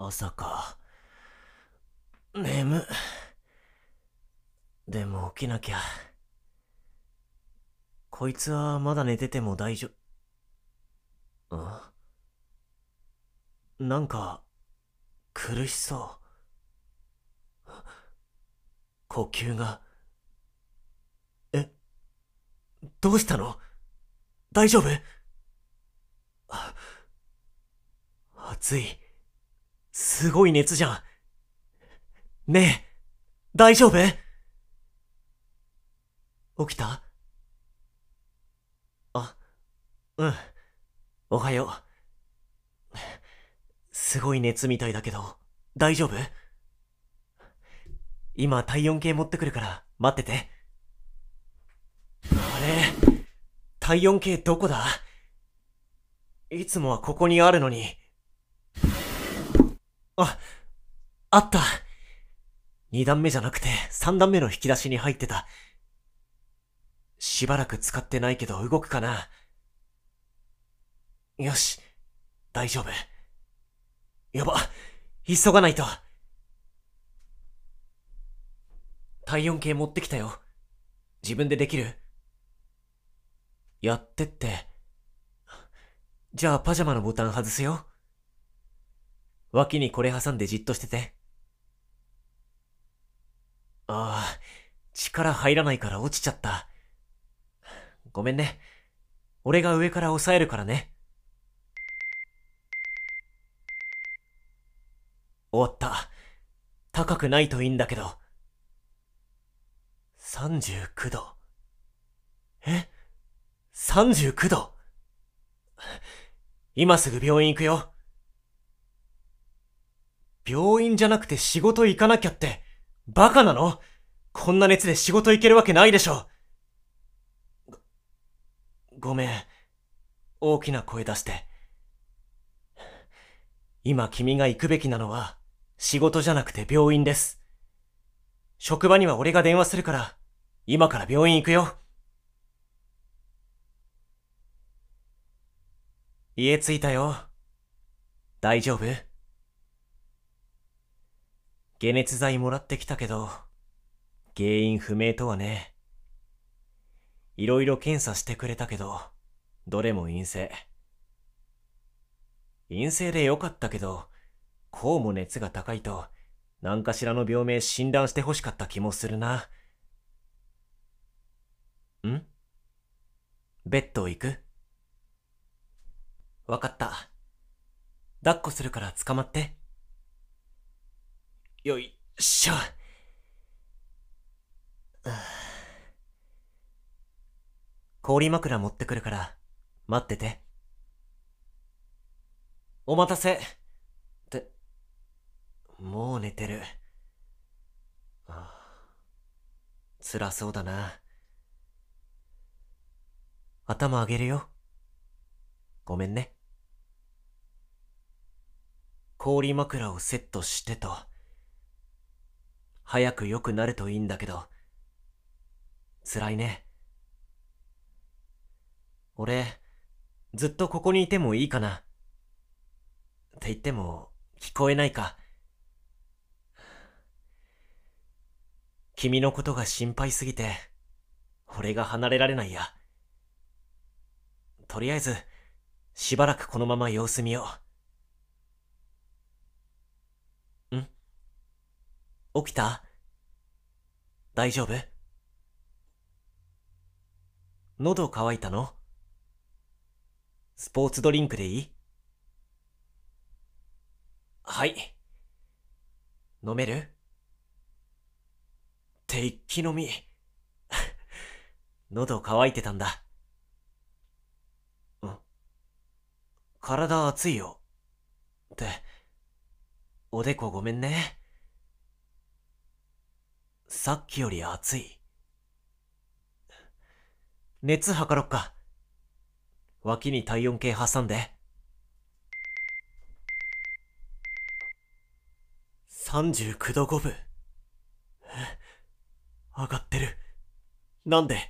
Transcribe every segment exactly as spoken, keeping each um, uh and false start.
朝か。眠。でも起きなきゃ。こいつはまだ寝てても大丈夫。んなんか、苦しそう。呼吸が。え、どうしたの？大丈夫？暑い。すごい熱じゃん。ねえ、大丈夫？起きた？あ、うん。おはよう。すごい熱みたいだけど、大丈夫？今体温計持ってくるから待ってて。あれ、体温計どこだ？いつもはここにあるのに。あ、あった。二段目じゃなくて三段目の引き出しに入ってた。しばらく使ってないけど動くかな。よし、大丈夫。やば、急がないと。体温計持ってきたよ。自分でできる？やってって。じゃあパジャマのボタン外すよ。脇にこれ挟んでじっとしてて。ああ、力入らないから落ちちゃった。ごめんね。俺が上から押さえるからね。終わった。高くないといいんだけど。さんじゅうきゅうど。え？ さんじゅうきゅうど？今すぐ病院行くよ。病院じゃなくて仕事行かなきゃって、バカなの？こんな熱で仕事行けるわけないでしょ。ご、ごめん。大きな声出して。今君が行くべきなのは、仕事じゃなくて病院です。職場には俺が電話するから、今から病院行くよ。家着いたよ。大丈夫？解熱剤もらってきたけど、原因不明とはね。いろいろ検査してくれたけど、どれも陰性。陰性でよかったけど、こうも熱が高いと、何かしらの病名診断してほしかった気もするな。ん？ベッド行く？わかった。抱っこするから捕まって。よいしょ。氷枕持ってくるから待ってて。お待たせ。って、もう寝てる。辛そうだな。頭あげるよ。ごめんね。氷枕をセットしてと。早く良くなるといいんだけど。辛いね。俺、ずっとここにいてもいいかな。って言っても、聞こえないか。君のことが心配すぎて、俺が離れられないや。とりあえず、しばらくこのまま様子見よう。ん？起きた？大丈夫？喉乾いたの？スポーツドリンクでいい？はい。飲める？って一気飲み。喉乾いてたんだ。うん。体熱いよ。って、おでこごめんね。さっきより熱い。熱測ろっか。脇に体温計挟んで。さんじゅうきゅうどごぶ。上がってる。なんで？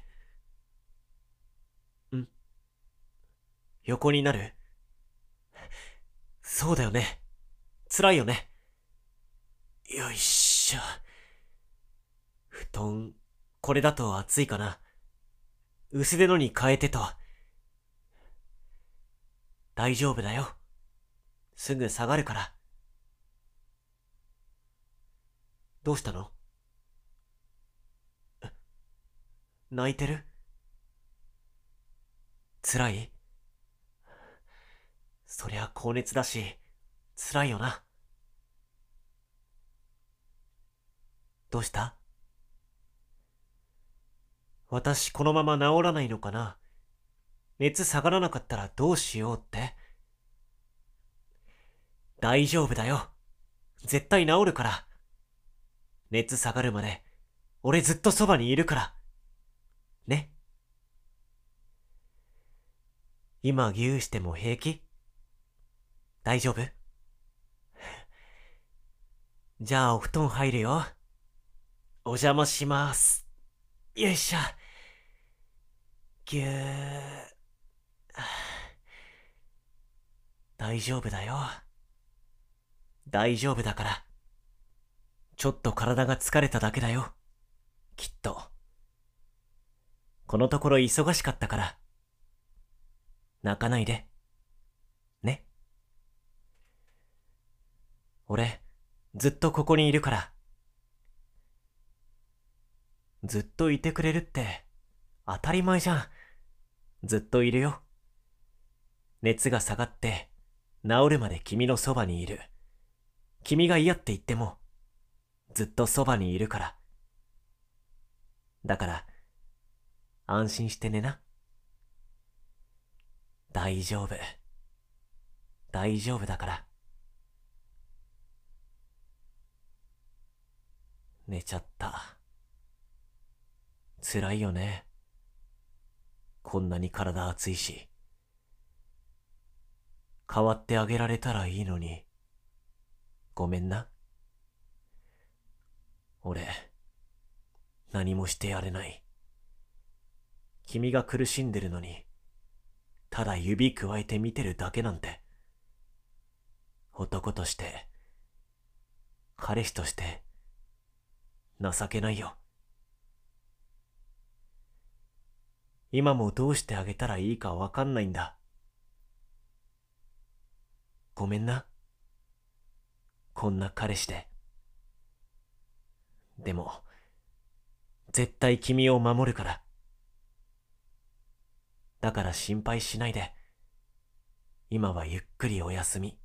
ん？横になる？そうだよね。 辛いよね。よいしょ。布団、これだと暑いかな。薄手のに変えてと。大丈夫だよ。すぐ下がるから。どうしたの？泣いてる？辛い？そりゃ高熱だし、辛いよな。どうした？私このまま治らないのかな？熱下がらなかったらどうしようって？大丈夫だよ。絶対治るから。熱下がるまで、俺ずっとそばにいるから。ね。今ギューしても平気？大丈夫？じゃあお布団入るよ。お邪魔します。よいしょ。ぎゅー。大丈夫だよ。大丈夫だから。ちょっと体が疲れただけだよ。きっと。このところ忙しかったから。泣かないで。ね。俺、ずっとここにいるから。ずっといてくれるって、当たり前じゃん。ずっといるよ。熱が下がって、治るまで君のそばにいる。君が嫌って言っても、ずっとそばにいるから。だから、安心して寝な。大丈夫。大丈夫だから。寝ちゃった。辛いよね。こんなに体熱いし。代わってあげられたらいいのに。ごめんな。俺、何もしてやれない。君が苦しんでるのに、ただ指くわえて見てるだけなんて。男として、彼氏として、情けないよ。今もどうしてあげたらいいかわかんないんだ。ごめんな。こんな彼氏で。でも、絶対君を守るから。だから心配しないで。今はゆっくりお休み。